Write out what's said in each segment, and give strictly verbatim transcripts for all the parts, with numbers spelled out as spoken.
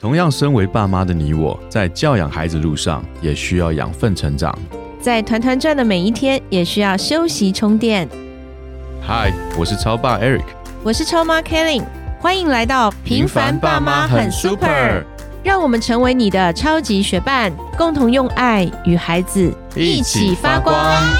同样身为爸妈的你我，在教养孩子路上也需要养分成长， 在团团转的每一天也需要休息充电。 嗨，我是超爸 Eric， 我是超妈 Kelly， 欢迎来到平凡爸妈很 super， 让我们成为你的超级学伴，共同用爱与孩子一起发光。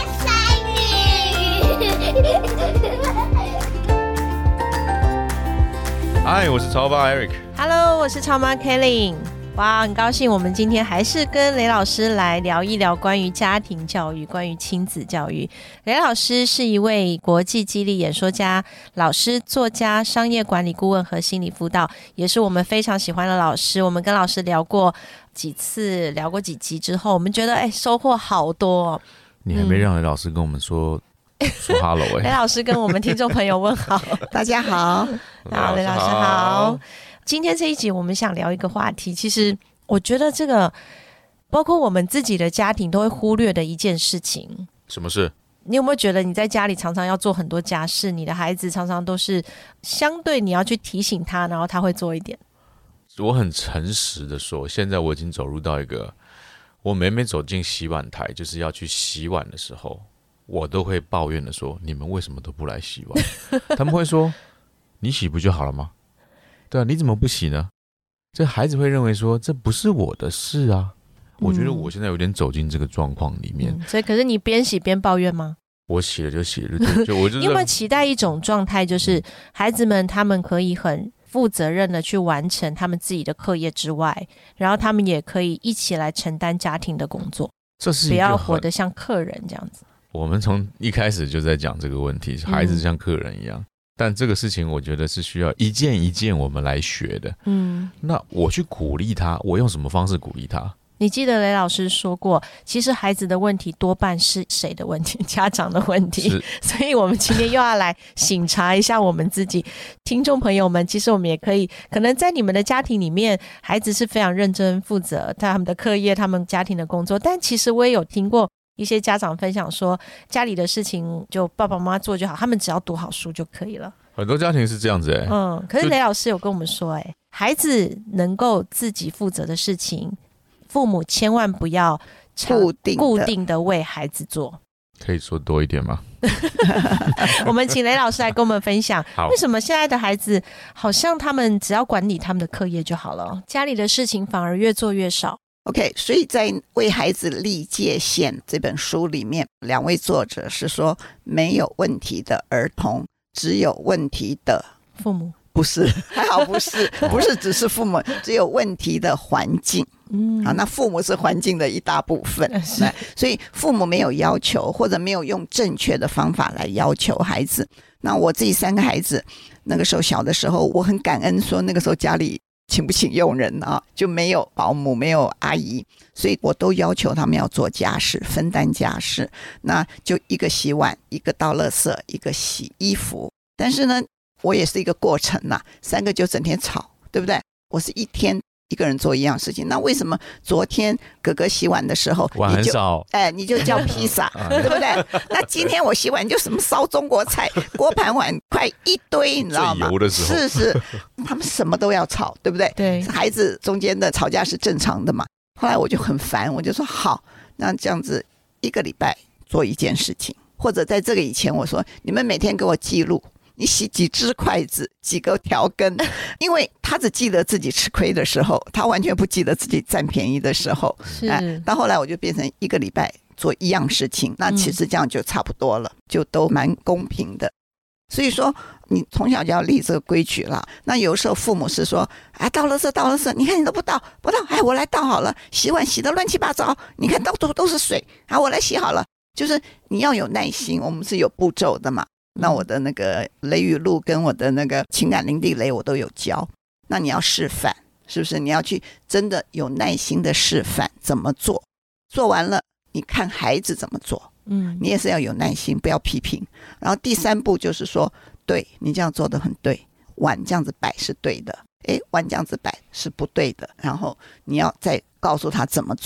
嗨，我是超爸 Eric。Hello， 我是超妈 Kelly。哇，很高兴我们今天还是跟雷老师来聊一聊关于家庭教育、关于亲子教育。雷老师是一位国际激励演说家、老师、作家、商业管理顾问和心理辅导，也是我们非常喜欢的老师。我们跟老师聊过几次，聊过几集之后，我们觉得哎，收获好多、哦。 你还没让雷老师跟我们说、嗯、说 hello 哎、欸， 雷老师跟我们听众朋友问好， 大家好， 好，雷老师好。今天这一集我们想聊一个话题，其实我觉得这个包括我们自己的家庭都会忽略的一件事情。 什么事？ 你有没有觉得你在家里常常要做很多家事，你的孩子常常都是相对你要去提醒他，然后他会做一点？ 我很诚实的说，现在我已经走入到一个，我每每走进洗碗台就是要去洗碗的时候，我都会抱怨的说，你们为什么都不来洗碗？他们会说，你洗不就好了吗？对啊，你怎么不洗呢？这孩子会认为说，这不是我的事啊。我觉得我现在有点走进这个状况里面、 嗯、所以可是你边洗边抱怨吗？ 我洗了就洗了，就就我就是。 你有没有期待一种状态，就是孩子们他们可以很负责任的去完成他们自己的课业之外，然后他们也可以一起来承担家庭的工作， 这是一个不要活得像客人这样子。 我们从一开始就在讲这个问题，孩子像客人一样、嗯，但这个事情我觉得是需要一件一件我们来学的。嗯，那我去鼓励他，我用什么方式鼓励他？ 你记得雷老师说过，其实孩子的问题多半是谁的问题？家长的问题。所以我们今天又要来省察一下我们自己。听众朋友们，其实我们也可以，可能在你们的家庭里面，孩子是非常认真负责他们的课业，他们家庭的工作，但其实我也有听过一些家长分享说，家里的事情就爸爸妈妈做就好，他们只要读好书就可以了。 很多家庭是这样子哎、欸， 嗯，可是雷老师有跟我们说、欸，哎，孩子能够自己负责的事情，父母千万不要固定固定的为孩子做。 可以说多一点吗？ 我们请雷老师来跟我们分享，为什么现在的孩子好像他们只要管理他们的课业就好了，家里的事情反而越做越少。 OK， 所以在《为孩子立界限》这本书里面，两位作者是说，没有问题的儿童，只有问题的父母。 不是，还好不是，不是只是父母，只有问题的环境。嗯，好，那父母是环境的一大部分，所以父母没有要求，或者没有用正确的方法来要求孩子。那我自己三个孩子，那个时候小的时候，我很感恩说那个时候家里请不请佣人啊，就没有保姆，没有阿姨，所以我都要求他们要做家事，分担家事。那就一个洗碗，一个倒垃圾，一个洗衣服。但是呢，我也是一个过程呐，三个就整天吵，对不对？我是一天一个人做一样事情。那为什么昨天哥哥洗碗的时候， 碗很少， 哎，你就叫披萨，对不对？那今天我洗碗就什么烧中国菜，锅盘碗筷一堆，你知道吗？ 最油的时候， 是是，他们什么都要吵，对不对？ 对， 孩子中间的吵架是正常的嘛。后来我就很烦，我就说好，那这样子一个礼拜做一件事情，或者在这个以前我说，你们每天给我记录。你洗几只筷子，几个调羹，因为他只记得自己吃亏的时候，他完全不记得自己占便宜的时候。 是、哎， 到后来我就变成一个礼拜做一样事情，那其实这样就差不多了，嗯、就都蛮公平的。所以说，你从小就要立这个规矩了。那有时候父母是说，啊，倒垃圾，倒垃圾，你看你都不倒，不倒，哎，我来倒好了。洗碗洗得乱七八糟，你看到处都是水，啊，我来洗好了。就是你要有耐心，我们是有步骤的嘛。那我的那个雷语录跟我的那个情感零地雷我都有教，那你要示范，是不是？你要去真的有耐心的示范怎么做，做完了你看孩子怎么做，嗯，你也是要有耐心，不要批评。然后第三步就是说，对，你这样做得很对，碗这样子摆是对的，诶，碗这样子摆是不对的，然后你要再告诉他怎么做。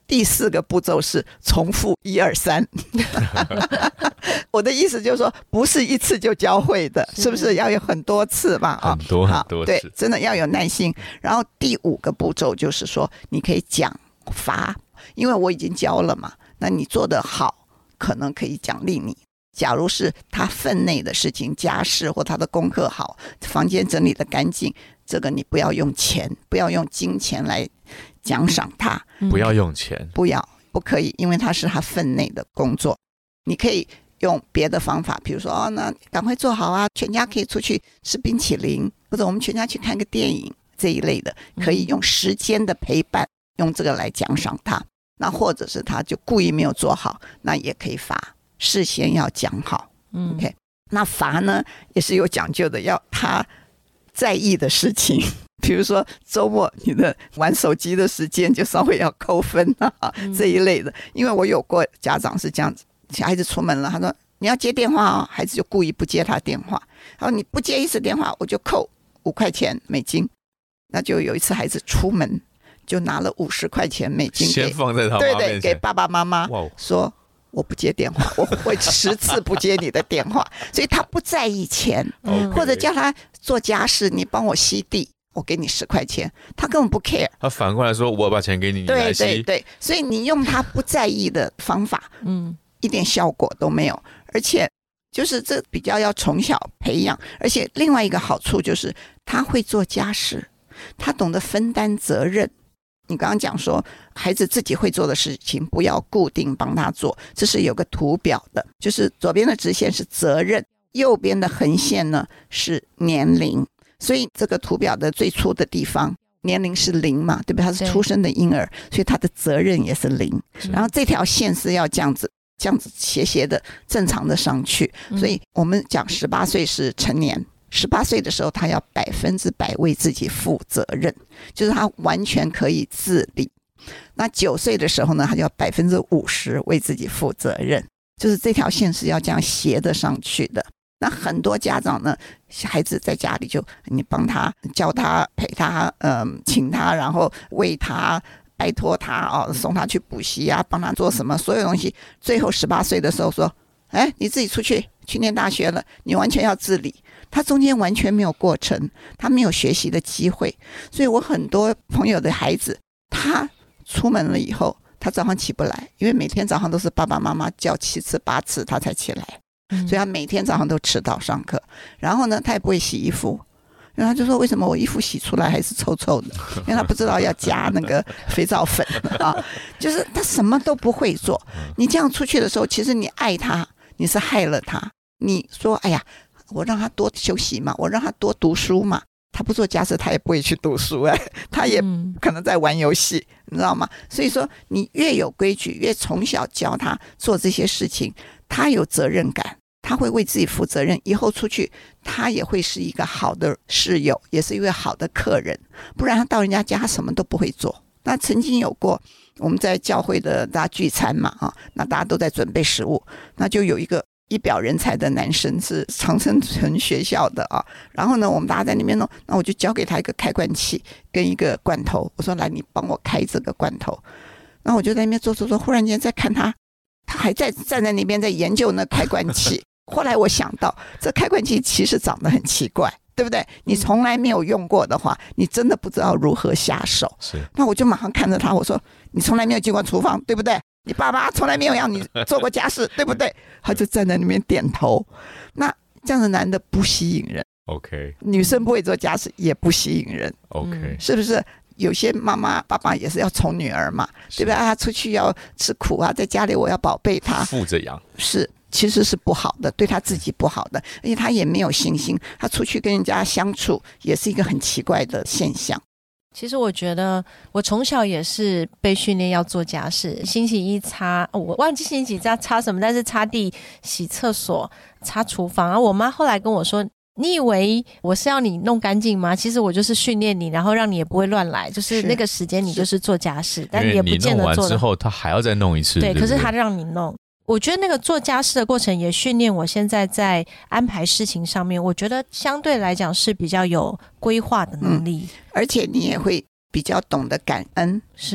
第四个步骤是重复一二三。我的意思就是说，不是一次就教会的，是不是要有很多次嘛？ 很多很多次， 对，真的要有耐心。然后第五个步骤就是说，你可以奖罚，因为我已经教了嘛，那你做得好，可能可以奖励你。假如是他分内的事情，家事或他的功课好，房间整理得干净，这个你不要用钱，不要用金钱来奖赏他， 不要用钱， 不要，不可以，因为他是他分内的工作。你可以用别的方法，比如说哦，那赶快做好啊，全家可以出去吃冰淇淋，或者我们全家去看个电影这一类的，可以用时间的陪伴，用这个来奖赏他。那或者是他就故意没有做好，那也可以罚，事先要讲好。嗯 OK， 那罚呢也是有讲究的，要他在意的事情。比如说周末你的玩手机的时间就稍微要扣分啊，嗯、这一类的。因为我有过家长是这样子，小孩子出门了，他说你要接电话哦，孩子就故意不接他电话，他说你不接一次电话我就扣五块钱美金。那就有一次孩子出门就拿了五十块钱美金给， 先放在他妈对面前， 对，给爸爸妈妈说我不接电话，我会十次不接你的电话。所以他不在意钱， 嗯、 或者叫他做家事，你帮我吸地，我给你十块钱，他根本不 care。 他反过来说，我把钱给你，你来吸。 对对对，所以你用他不在意的方法，嗯，一点效果都没有。而且就是这比较要从小培养，而且另外一个好处就是他会做家事，他懂得分担责任。你刚刚讲说孩子自己会做的事情不要固定帮他做，这是有个图表的，就是左边的直线是责任，右边的横线呢是年龄。所以这个图表的最初的地方年龄是零嘛，对不对？他是出生的婴儿，所以他的责任也是零。然后这条线是要这样子这样子斜斜的正常的上去，所以我们讲十八岁是成年，十八岁的时候他要百分之百为自己负责任，就是他完全可以自理。那九岁的时候呢，他就要百分之五十为自己负责任，就是这条线是要这样斜的上去的。那很多家长呢，孩子在家里就你帮他教他陪他、呃、请他，然后喂他，拜托他、哦、送他去补习啊，帮他做什么所有东西，最后十八岁的时候说哎，你自己出去去念大学了，你完全要自理。他中间完全没有过程，他没有学习的机会。所以我很多朋友的孩子，他出门了以后他早上起不来，因为每天早上都是爸爸妈妈叫七次八次他才起来，所以他每天早上都迟到上课。然后呢他也不会洗衣服，然后他就说为什么我衣服洗出来还是臭臭的，因为他不知道要加那个肥皂粉啊，就是他什么都不会做。你这样出去的时候，其实你爱他，你是害了他。你说哎呀我让他多休息嘛，我让他多读书嘛，他不做家事他也不会去读书，哎，他也可能在玩游戏，你知道吗？所以说你越有规矩，越从小教他做这些事情，他有责任感，他会为自己负责任，以后出去他也会是一个好的室友，也是一位好的客人。不然他到人家家他什么都不会做。那曾经有过我们在教会的大家聚餐嘛，啊，那大家都在准备食物，那就有一个一表人才的男生是长春城学校的啊，然后呢我们大家在那边弄，那我就交给他一个开罐器跟一个罐头，我说来你帮我开这个罐头。然后我就在那边做做做，忽然间在看他他还在站在那边在研究那开罐器。后来我想到这开罐器其实长得很奇怪，对不对？你从来没有用过的话，你真的不知道如何下手。是，那我就马上看着他，我说你从来没有进过厨房，对不对？你爸爸从来没有让你做过家事，对不对？他就站在那边点头。那这样的男的不吸引人 ，OK， 女生不会做家事也不吸引人 ，OK， 是不是？有些妈妈爸爸也是要宠女儿嘛，对不对？他出去要吃苦啊，在家里我要宝贝他， 负着养， 是其实是不好的，对他自己不好的，而且他也没有信心，他出去跟人家相处也是一个很奇怪的现象。 其实我觉得我从小也是被训练要做家事，星期一擦、哦、我忘记星期几擦擦什么，但是擦地、洗厕所、擦厨房。然后我妈后来跟我说，你以为我是要你弄干净吗？其实我就是训练你，然后让你也不会乱来，就是那个时间你就是做家事，但也不见得做的。 因为你弄完之后他还要再弄一次， 对， 对， 对， 可是他让你弄。我觉得那个做家事的过程也训练我现在在安排事情上面，我觉得相对来讲是比较有规划的能力、 嗯、而且你也会比较懂得感恩。 是啊，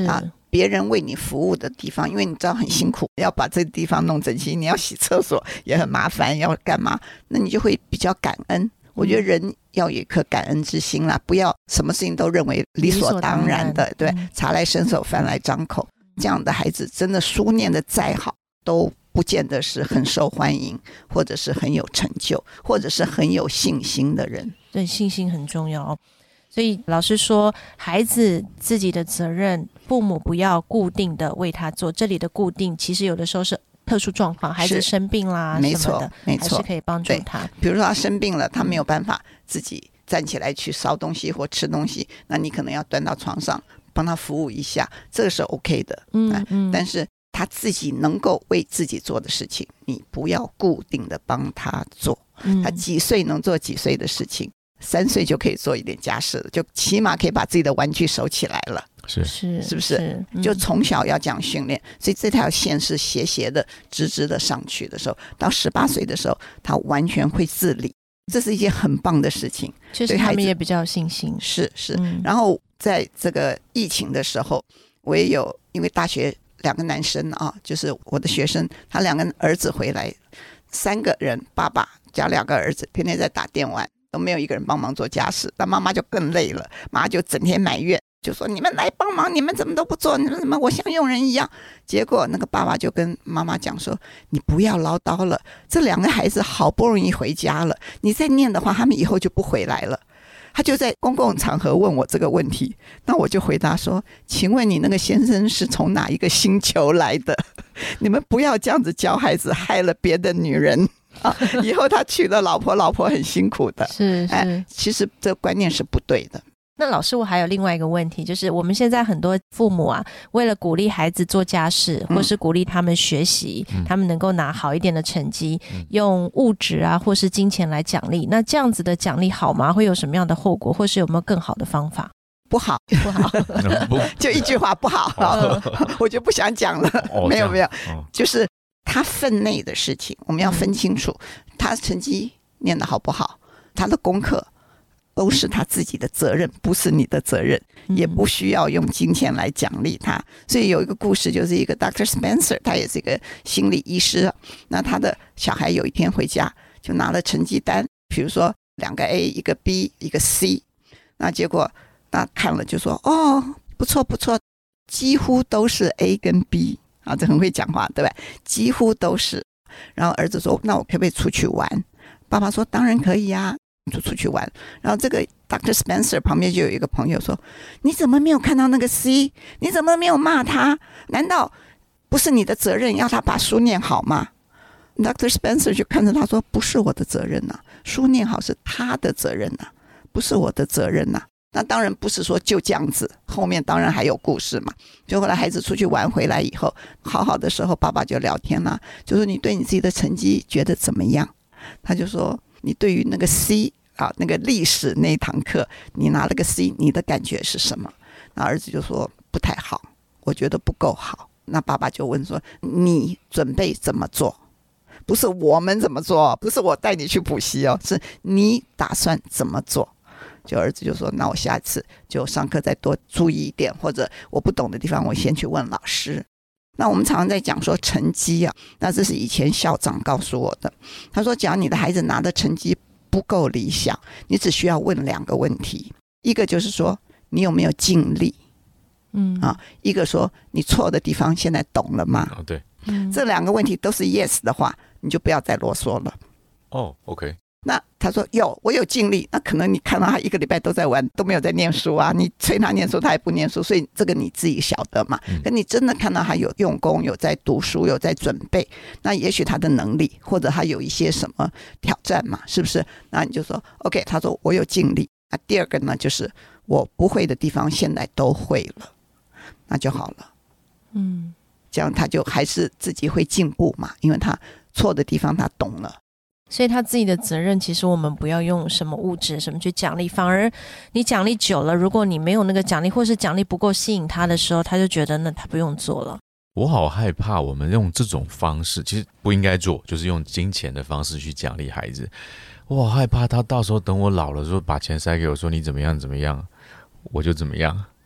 别人为你服务的地方，因为你知道很辛苦，要把这个地方弄整齐，你要洗厕所也很麻烦，要干嘛，那你就会比较感恩。我觉得人要有一颗感恩之心啦，不要什么事情都认为理所当然的，对，茶来伸手饭来张口，这样的孩子真的书念的再好都不见得是很受欢迎，或者是很有成就，或者是很有信心的人。 对，信心很重要。所以老师说，孩子自己的责任，父母不要固定的为他做。这里的固定，其实有的时候是特殊状况，孩子生病啦什么的， 没错，没错， 还是可以帮助他。 比如说他生病了，他没有办法自己站起来去烧东西或吃东西，那你可能要端到床上帮他服务一下，这个是 OK 的。嗯嗯，但是他自己能够为自己做的事情，你不要固定的帮他做。嗯、他几岁能做几岁的事情，三岁就可以做一点家事了，就起码可以把自己的玩具收起来了。 是是是不是？ 是嗯、 就从小要这样训练，所以这条线是斜斜的、直直的上去的时候，到十八岁的时候，他完全会自理，这是一件很棒的事情。 就是他们也比较有信心。 是是、嗯。然后在这个疫情的时候，我也有因为大学两个男生啊，就是我的学生，他两个儿子回来，三个人，爸爸加两个儿子，天天在打电玩，都没有一个人帮忙做家事，那妈妈就更累了，妈妈就整天埋怨。就说你们来帮忙，你们怎么都不做？你们怎么我像佣人一样？结果那个爸爸就跟妈妈讲说：“你不要唠叨了，这两个孩子好不容易回家了，你再念的话，他们以后就不回来了。”他就在公共场合问我这个问题，那我就回答说：“请问你那个先生是从哪一个星球来的？你们不要这样子教孩子，害了别的女人。”啊，以后他娶了老婆，老婆很辛苦的。 是是、哎， 其实这观念是不对的。 那老师，我还有另外一个问题，就是我们现在很多父母啊，为了鼓励孩子做家事，或是鼓励他们学习，嗯、他们能够拿好一点的成绩，嗯、用物质啊或是金钱来奖励。那这样子的奖励好吗？会有什么样的后果，或是有没有更好的方法？ 不好， 不好， 就一句话，不好。我就不想讲了。哦、没有没有，哦、就是他分内的事情，我们要分清楚，嗯、他成绩念得好不好，他的功课。都是他自己的责任，不是你的责任，也不需要用金钱来奖励他。所以有一个故事，就是一个 doctor Spencer， 他也是一个心理医师。那他的小孩有一天回家，就拿了成绩单，比如说两个 A， 一个 B， 一个 C。那结果那看了就说：“哦，不错不错，几乎都是 A 跟 B 啊，这很会讲话，对吧？几乎都是。”然后儿子说：“那我可不可以出去玩？”爸爸说：“当然可以呀。”就出去玩，然后这个 doctor Spencer 旁边就有一个朋友说：“你怎么没有看到那个 C？ 你怎么没有骂他？难道不是你的责任要他把书念好吗？” doctor Spencer 就看着他说：“不是我的责任啊，书念好是他的责任啊，不是我的责任啊。”那当然不是说就这样子，后面当然还有故事嘛。就后来孩子出去玩回来以后，好好的时候，爸爸就聊天啦，就说：“你对你自己的成绩觉得怎么样？”他就说：“你对于那个 C。”啊，那个历史那一堂课，你拿了个 C， 你的感觉是什么？那儿子就说不太好，我觉得不够好。那爸爸就问说：“你准备怎么做？不是我们怎么做，不是我带你去补习哦，是你打算怎么做？”就儿子就说：“那我下次就上课再多注意一点，或者我不懂的地方，我先去问老师。”那我们常常在讲说成绩啊，那这是以前校长告诉我的。他说，只要你的孩子拿的成绩不够理想，你只需要问两个问题，一个就是说你有没有尽力，嗯啊，一个说你错的地方现在懂了吗？ 哦，对， 嗯，这两个问题都是 yes 的话，你就不要再啰嗦了。 哦 ，OK。 那他说有，我有尽力。那可能你看到他一个礼拜都在玩，都没有在念书啊。你催他念书，他也不念书，所以这个你自己晓得嘛。可你真的看到他有用功，有在读书，有在准备，那也许他的能力或者他有一些什么挑战嘛，是不是？那你就说 OK， 他说我有尽力。那第二个呢，就是我不会的地方现在都会了，那就好了。嗯，这样他就还是自己会进步嘛，因为他错的地方他懂了。 所以他自己的责任，其实我们不要用什么物质什么去奖励，反而你奖励久了，如果你没有那个奖励，或是奖励不够吸引他的时候，他就觉得那他不用做了。 我好害怕我们用这种方式，其实不应该做，就是用金钱的方式去奖励孩子。我好害怕他到时候等我老了说把钱塞给我说你怎么样怎么样，我就怎么样。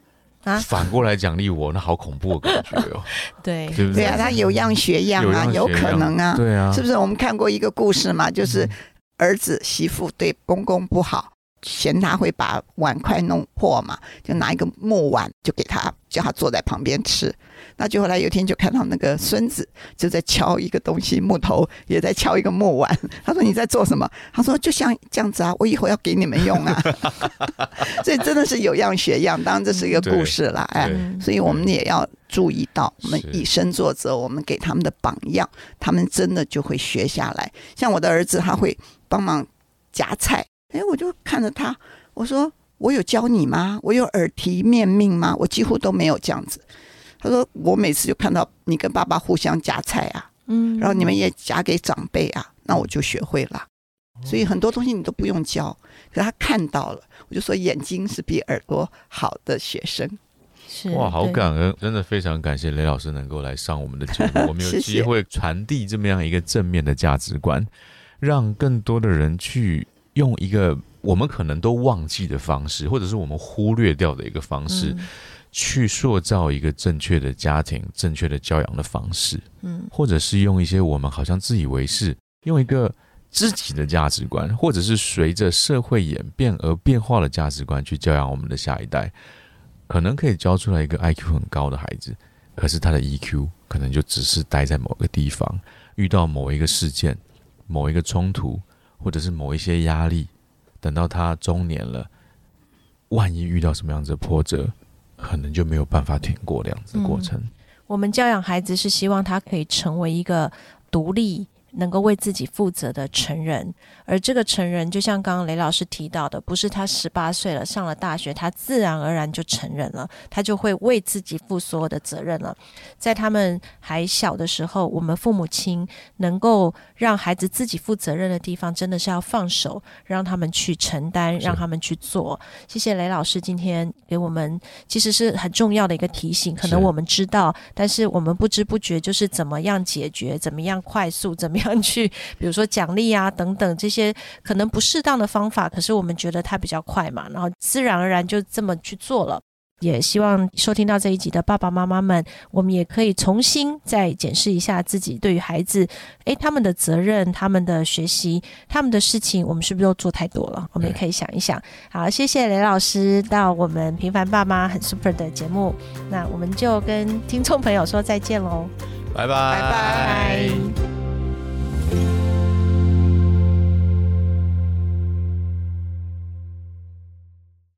啊， 反过来奖励我，那好恐怖的感觉哦。 对对不对？ 对啊，他有样学样啊，有可能啊， 对啊， 是不是？我们看过一个故事嘛，就是儿子媳妇对公公不好，嫌他会把碗筷弄破嘛，就拿一个木碗就给他，叫他坐在旁边吃。那就后来有一天就看到那个孙子就在敲一个东西，木头也在敲一个木碗。他说你在做什么？他说就像这样子啊，我以后要给你们用啊。所以真的是有样学样，当然这是一个故事啦，哎，所以我们也要注意到，我们以身作则，我们给他们的榜样，他们真的就会学下来。像我的儿子，他会帮忙夹菜，哎，我就看着他，我说我有教你吗？我有耳提面命吗？我几乎都没有这样子。他说我每次就看到你跟爸爸互相夹菜啊，嗯，然后你们也夹给长辈啊，那我就学会了。所以很多东西你都不用教，可是他看到了，我就说眼睛是比耳朵好的学生。 哇，好感恩，真的非常感谢雷老师能够来上我们的节目，我们有机会传递这么样一个正面的价值观，让更多的人去用一个我们可能都忘记的方式，或者是我们忽略掉的一个方式，嗯，去塑造一个正确的家庭、正确的教养的方式，嗯，或者是用一些我们好像自以为是，用一个自己的价值观，或者是随着社会演变而变化的价值观去教养我们的下一代，可能可以教出来一个 I Q 很高的孩子，可是他的 E Q 可能就只是待在某个地方，遇到某一个事件、某一个冲突，或者是某一些压力，等到他中年了，万一遇到什么样子的波折，可能就没有办法挺过这样子的过程，嗯， 我们教养孩子是希望他可以成为一个独立能够为自己负责的成人，而这个成人就像刚刚雷老师提到的，不是他十八岁了上了大学他自然而然就成人了，他就会为自己负所有的责任了。在他们还小的时候，我们父母亲能够让孩子自己负责任的地方，真的是要放手让他们去承担，让他们去做。谢谢雷老师今天给我们其实是很重要的一个提醒，可能我们知道，但是我们不知不觉就是怎么样解决，怎么样快速，怎么样去比如说奖励啊等等，这些可能不适当的方法，可是我们觉得它比较快嘛，然后自然而然就这么去做了。也希望收听到这一集的爸爸妈妈们，我们也可以重新再检视一下自己对于孩子诶他们的责任、他们的学习、他们的事情，我们是不是都做太多了，我们也可以想一想。好，谢谢雷老师到我们平凡爸妈很 super 的节目，那我们就跟听众朋友说再见咯， 拜拜拜拜。